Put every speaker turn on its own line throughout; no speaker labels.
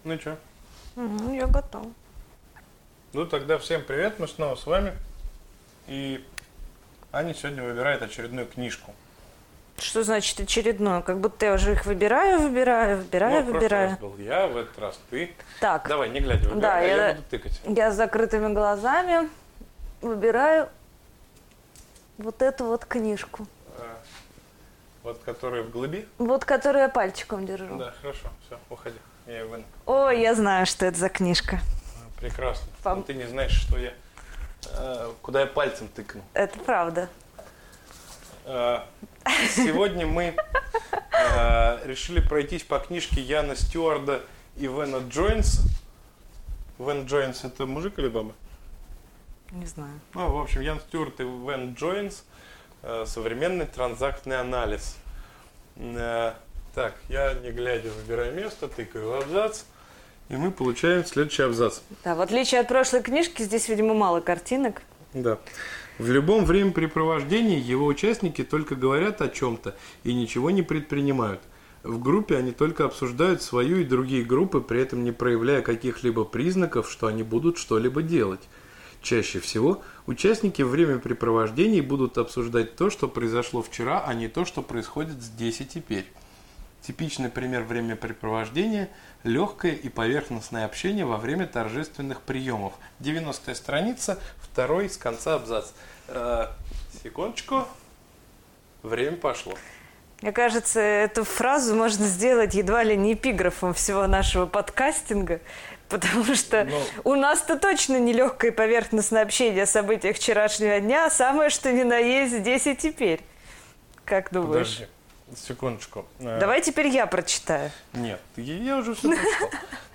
Ну что?
Я готова.
Ну тогда всем привет, мы снова с вами. И Аня сегодня выбирает очередную книжку.
Что значит очередную? Как будто я уже их выбираю.
В прошлый раз был я, в этот раз ты.
Так.
Давай, не глядя, выбирай, я буду тыкать.
Я с закрытыми глазами выбираю вот эту вот книжку.
Вот которая в глыби?
Вот которую я пальчиком держу.
Да, хорошо, все, уходи. Я ее выну.
Ой, я знаю, что это за книжка.
Прекрасно. Но ты не знаешь, что я... куда я пальцем тыкну.
Это правда.
Сегодня мы решили пройтись по книжке Яна Стюарда и Вена Джойнса. Вен Джойнс — это мужик или баба?
Не знаю.
Ну, в общем, Ян Стюарт и Вен Джойнс. Современный транзактный анализ. Так, я не глядя выбираю место, тыкаю в абзац, и мы получаем следующий абзац.
Да, в отличие от прошлой книжки, здесь, видимо, мало картинок.
Да. В любом времяпрепровождении его участники только говорят о чем-то и ничего не предпринимают. В группе они только обсуждают свою и другие группы, при этом не проявляя каких-либо признаков, что они будут что-либо делать. Чаще всего участники времяпрепровождений будут обсуждать то, что произошло вчера, а не то, что происходит здесь и теперь. Типичный пример времяпрепровождения – легкое и поверхностное общение во время торжественных приемов. 90-я страница, второй с конца абзац. Секундочку. Время пошло.
Мне кажется, эту фразу можно сделать едва ли не эпиграфом всего нашего подкастинга, потому что у нас-то точно не легкое и поверхностное общение о событиях вчерашнего дня, а самое что ни на есть здесь и теперь. Как думаешь?
Подожди, секундочку.
Давай теперь я прочитаю.
Нет, я уже все прочитал.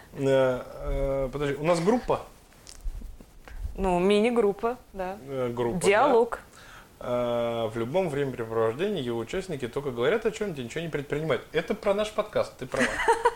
Подожди, у нас группа?
Ну, мини-группа, да.
Группа,
диалог.
Да? В любом времяпрепровождении его участники только говорят о чем-то, ничего не предпринимают. Это про наш подкаст, ты права.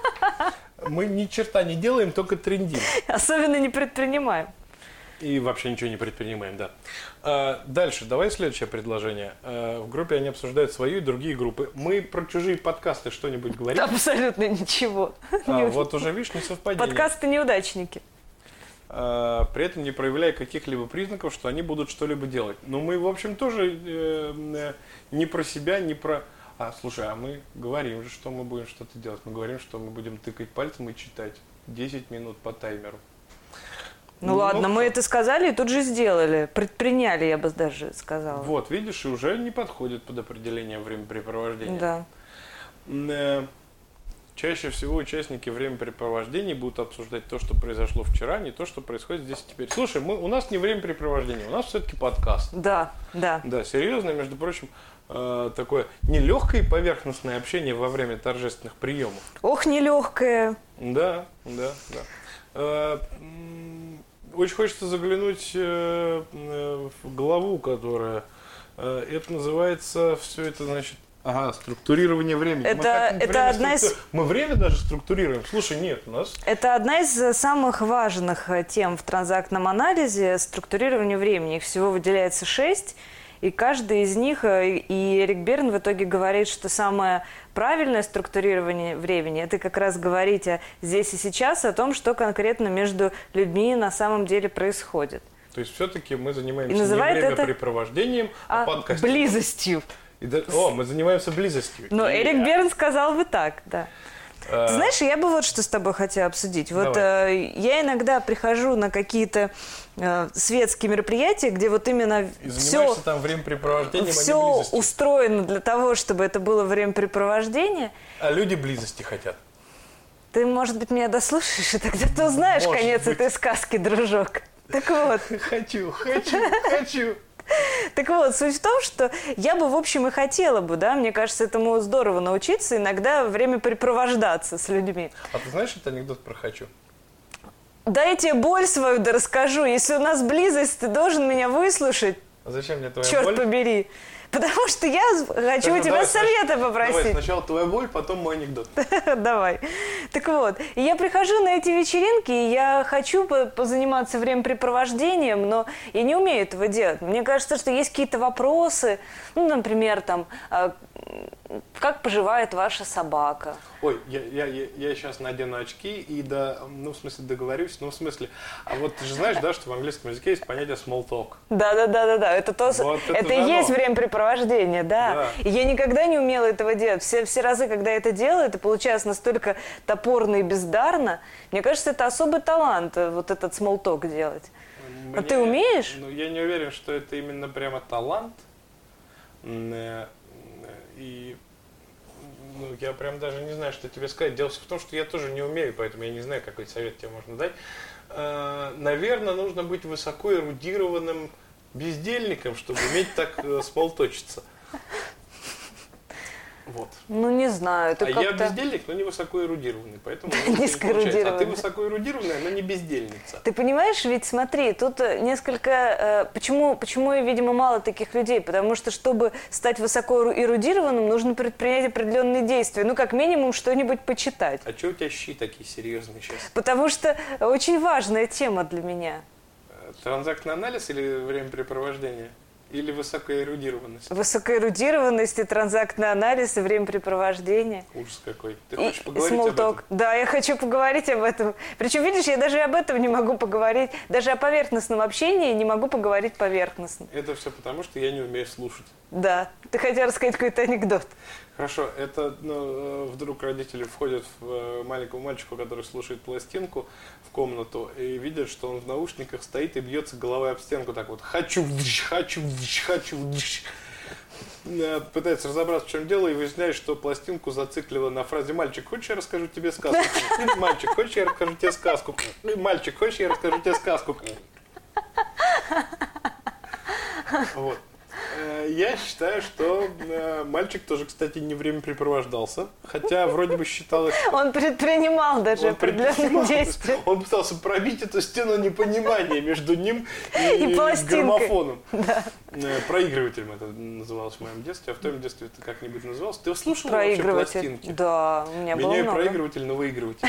Мы ни черта не делаем, только трендим.
Особенно не предпринимаем.
И вообще ничего не предпринимаем, да. Дальше, давай следующее предложение. В группе они обсуждают свою и другие группы. Мы про чужие подкасты что-нибудь говорим?
Абсолютно ничего.
Вот уже, видишь, не совпадение.
Подкасты неудачники.
При этом не проявляя каких-либо признаков, что они будут что-либо делать. Но мы, в общем, тоже не про себя, не про... слушай, мы говорим же, что мы будем что-то делать. Мы говорим, что мы будем тыкать пальцем и читать 10 минут по таймеру.
Ну ладно, мы это сказали и тут же сделали. Предприняли, я бы даже сказала.
Вот, видишь, и уже не подходит под определение времяпрепровождения.
Да.
Чаще всего участники времяпрепровождений будут обсуждать то, что произошло вчера, не то, что происходит здесь и теперь. Слушай, у нас не времяпрепровождение, у нас все-таки подкаст.
Да.
Да, серьезно, между прочим, такое нелегкое и поверхностное общение во время торжественных приемов.
Ох, нелегкое.
Да. Очень хочется заглянуть в главу, которая... Это называется, все это, значит... структурирование времени.
Это одна из...
Мы время даже структурируем. Слушай, нет, у нас...
Это одна из самых важных тем в транзактном анализе – структурирование времени. Их всего выделяется 6, и каждый из них, и Эрик Берн в итоге говорит, что самое правильное структурирование времени – это как раз говорить здесь и сейчас, о том, что конкретно между людьми на самом деле происходит.
То есть все-таки мы занимаемся
не
времяпрепровождением, а подкастом.
Близостью.
Мы занимаемся близостью.
Но Эрик Берн сказал бы так, да. Ты знаешь, я бы вот что с тобой хотела обсудить. Вот я иногда прихожу на какие-то светские мероприятия, где вот именно все устроено для того, чтобы это было времяпрепровождение.
А люди близости хотят.
Ты, может быть, меня дослушаешь, и тогда ты узнаешь конец этой сказки, дружок. Так вот.
Хочу.
Так вот, суть в том, что я бы, в общем, и хотела бы, да, мне кажется, этому здорово научиться иногда времяпрепровождаться с людьми.
А ты знаешь этот анекдот про «хочу»?
Да я тебе боль свою расскажу. Если у нас близость, ты должен меня выслушать.
А зачем мне твоя
боль?
Черт
побери. Потому что я хочу у тебя совета попросить.
Давай сначала твоя боль, потом мой анекдот.
Давай. Так вот, я прихожу на эти вечеринки, и я хочу позаниматься времяпрепровождением, но я не умею этого делать. Мне кажется, что есть какие-то вопросы, ну, например, там, как поживает ваша собака?
Ой, я сейчас надену очки и ну, в смысле, договорюсь, ну, в смысле, а вот ты же знаешь, да, что в английском языке есть понятие small talk.
Да, это и есть времяпрепровождение, да. И я никогда не умела этого делать. Все разы, когда я это делаю, это получается настолько топорно и бездарно. Мне кажется, это особый талант, вот этот small talk делать. А ты умеешь?
Ну, я не уверен, что это именно прямо талант. И ну, я прям даже не знаю, что тебе сказать. Дело в том, что я тоже не умею, поэтому я не знаю, какой совет тебе можно дать. Наверное, нужно быть высоко эрудированным бездельником, чтобы уметь так смолточиться. Вот.
Ну, не знаю.
Я бездельник, но не высоко эрудированный, поэтому
низкоэрудированный.
А ты высоко эрудированная, но не бездельница.
Ты понимаешь, ведь смотри, тут несколько... Почему, видимо, мало таких людей? Потому что, чтобы стать высоко эрудированным, нужно предпринять определенные действия. Ну, как минимум, что-нибудь почитать.
А что у тебя щи такие серьезные сейчас?
Потому что очень важная тема для меня.
Транзактный анализ или времяпрепровождение? Или высокоэрудированность?
Высокоэрудированность и транзактный анализ, и времяпрепровождение.
Ужас какой. Ты хочешь поговорить об этом?
Да, я хочу поговорить об этом. Причем, видишь, я даже об этом не могу поговорить. Даже о поверхностном общении не могу поговорить поверхностно.
Это все потому, что я не умею слушать.
Да. Ты хотел рассказать какой-то анекдот.
Хорошо. Это вдруг родители входят в маленького мальчика, который слушает пластинку, в комнату, и видят, что он в наушниках стоит и бьется головой об стенку так вот. Хочу. Пытается разобраться, в чем дело, и выясняет, что пластинку зациклило на фразе «Мальчик, хочешь, я расскажу тебе сказку?» «Мальчик, хочешь, я расскажу тебе сказку?» «Мальчик, хочешь, я расскажу тебе сказку?» Вот. Я считаю, что мальчик тоже, кстати, не времяпрепровождался, хотя вроде бы считалось...
Он предпринимал даже определенные действия.
Он пытался пробить эту стену непонимания между ним и граммофоном.
Да.
Проигрывателем это называлось в моем детстве, а в твоем детстве это как-нибудь называлось. Ты слушал вообще пластинки?
Да, у меня было много.
Меняю проигрыватель на выигрыватель.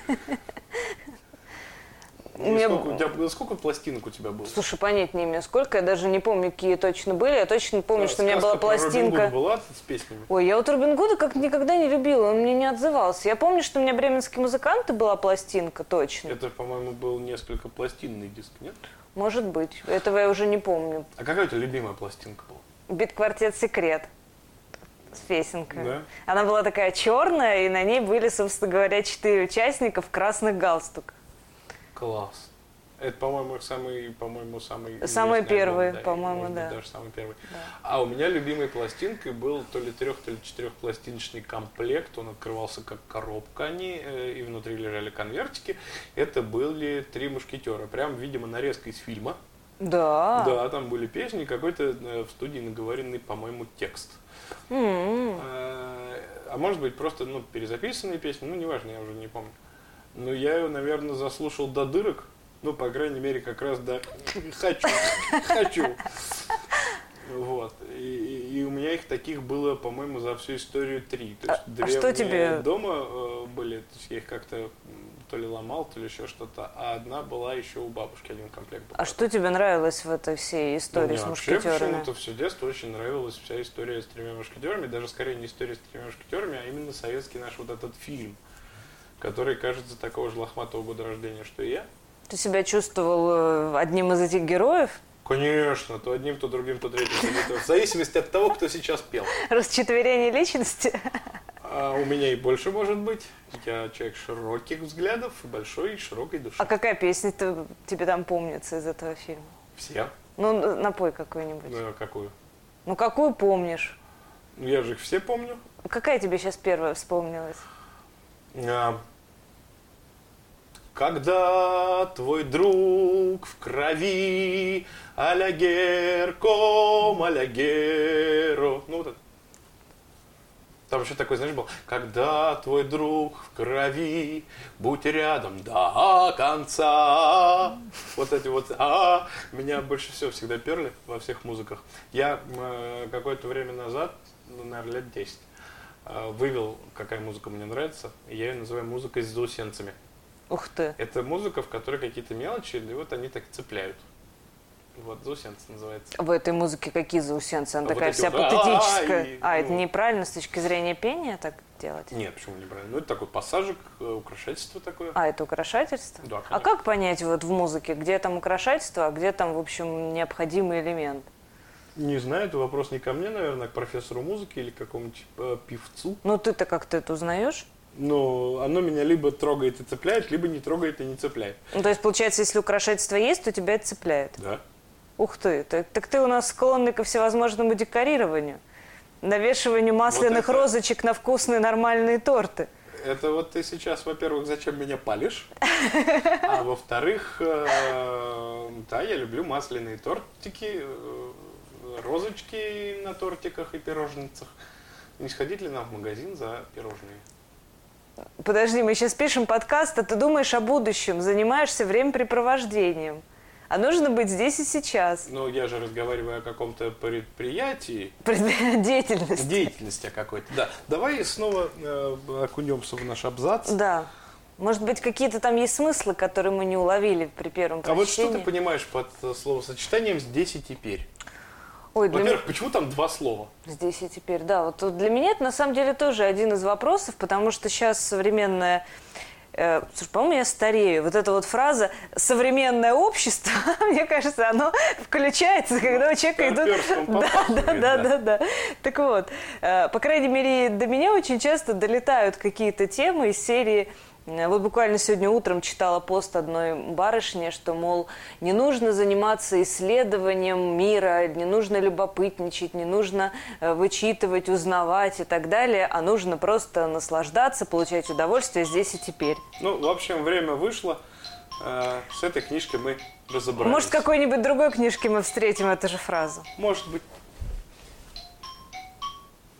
Сколько пластинок у тебя было?
Слушай, понять не имею, сколько, я даже не помню, какие точно были. Я точно помню, что у меня была пластинка.
Робин Гуд была с песнями?
Ой, я вот Робин Гуда как никогда не любила, он мне не отзывался. Я помню, что у меня «Бременские музыканты» была пластинка, точно.
Это, по-моему, был несколько пластинный диск, нет?
Может быть, этого я уже не помню.
А какая у тебя любимая пластинка была?
«Бит-квартет Секрет» с песенкой.
Да?
Она была такая черная, и на ней были, собственно говоря, 4 участника в красных галстуках.
Класс. Это, по-моему,
Самый первый,
альбом, да,
по-моему, да.
Даже самый первый.
Да.
А у меня любимой пластинкой был то ли 3, то ли 4-пластиночный комплект. Он открывался как коробка, и внутри лежали конвертики. Это были «Три мушкетера». Прям, видимо, нарезка из фильма.
Да.
Да, там были песни, какой-то в студии наговоренный, по-моему, текст. А может быть, просто перезаписанные песни, неважно, я уже не помню. Но я ее, наверное, заслушал до дырок. По крайней мере, как раз до «хочу». Вот. И у меня их таких было, по-моему, за всю историю 3. То есть 2
что тебе...
дома были, то есть я их как-то то ли ломал, то ли еще что-то, а одна была еще у бабушки, 1 комплект был.
А что тебе нравилось в этой всей истории с мушкетерами?
Вообще почему-то все детство очень нравилась вся история с 3 мушкетерами, даже скорее не история с 3 мушкетерами, а именно советский наш вот этот фильм, который, кажется, такого же лохматого года рождения, что и я.
Ты себя чувствовал одним из этих героев?
Конечно, то одним, то другим, то третьим. В зависимости от того, кто сейчас пел.
Расчетверение личности?
А у меня и больше может быть. Я человек широких взглядов и большой, широкой души.
А какая песня тебе там помнится из этого фильма?
Все.
Напой какую-нибудь.
Какую?
Какую помнишь?
Я же их все помню.
Какая тебе сейчас первая вспомнилась?
Когда твой друг в крови, а-ля герком, а-ля геро. Вот это. Там еще такой, знаешь, был. Когда твой друг в крови, будь рядом до конца. Вот эти вот меня больше всего всегда перли во всех музыках. Я какое-то время назад, наверное, лет 10, вывел, какая музыка мне нравится, и я ее называю музыкой с заусенцами.
Ух ты.
Это музыка, в которой какие-то мелочи, и вот они так цепляют. Вот, заусенцы называется.
В этой музыке какие заусенцы? Она
Вот
такая
эти
вся
вот
патетическая.
ну.
Это неправильно с точки зрения пения так делать?
Нет, почему неправильно? Ну, это такой пассажик, украшательство такое.
Это украшательство?
Да,
А
конечно.
как понять вот в музыке, где там украшательство, а где там, в общем, необходимый элемент?
Не знаю, это вопрос не ко мне, наверное, а к профессору музыки или к какому-нибудь певцу.
Ну, ты-то как-то это узнаешь?
Но оно меня либо трогает и цепляет, либо не трогает и не цепляет.
Ну, то есть, получается, если украшательство есть, то тебя это цепляет?
Да.
Ух ты, так ты у нас склонный ко всевозможному декорированию, навешиванию масляных
Вот это-
розочек на вкусные нормальные торты.
Это вот ты сейчас, во-первых, зачем меня палишь? А во-вторых, да, я люблю масляные тортики, розочки на тортиках и пирожницах. Не сходить ли нам в магазин за пирожные?
Подожди, мы сейчас пишем подкаст, а ты думаешь о будущем, занимаешься времяпрепровождением. А нужно быть здесь и сейчас.
Ну, я же разговариваю о каком-то предприятии,
Деятельность.
деятельности какой-то. Да, давай снова окунемся в наш абзац.
Да. Может быть, какие-то там есть смыслы, которые мы не уловили при первом
А вот что
прочтении?
ты понимаешь под словосочетанием «здесь и теперь»?
Ой, для
Во-первых, почему там два слова?
Здесь и теперь, да. Вот тут для меня это на самом деле тоже один из вопросов, потому что сейчас современное... слушай, по-моему, я старею. Вот эта вот фраза «современное общество», мне кажется, оно включается, когда у человека
Старперством
идут...
попахивает,
Да. Так вот, по крайней мере, до меня очень часто долетают какие-то темы из серии... Вот буквально сегодня утром читала пост одной барышни, что, мол, не нужно заниматься исследованием мира, не нужно любопытничать, не нужно вычитывать, узнавать и так далее, а нужно просто наслаждаться, получать удовольствие здесь и теперь.
Ну, в общем, время вышло. С этой книжкой мы разобрались.
Может, в какой-нибудь другой книжке мы встретим эту же фразу?
Может быть.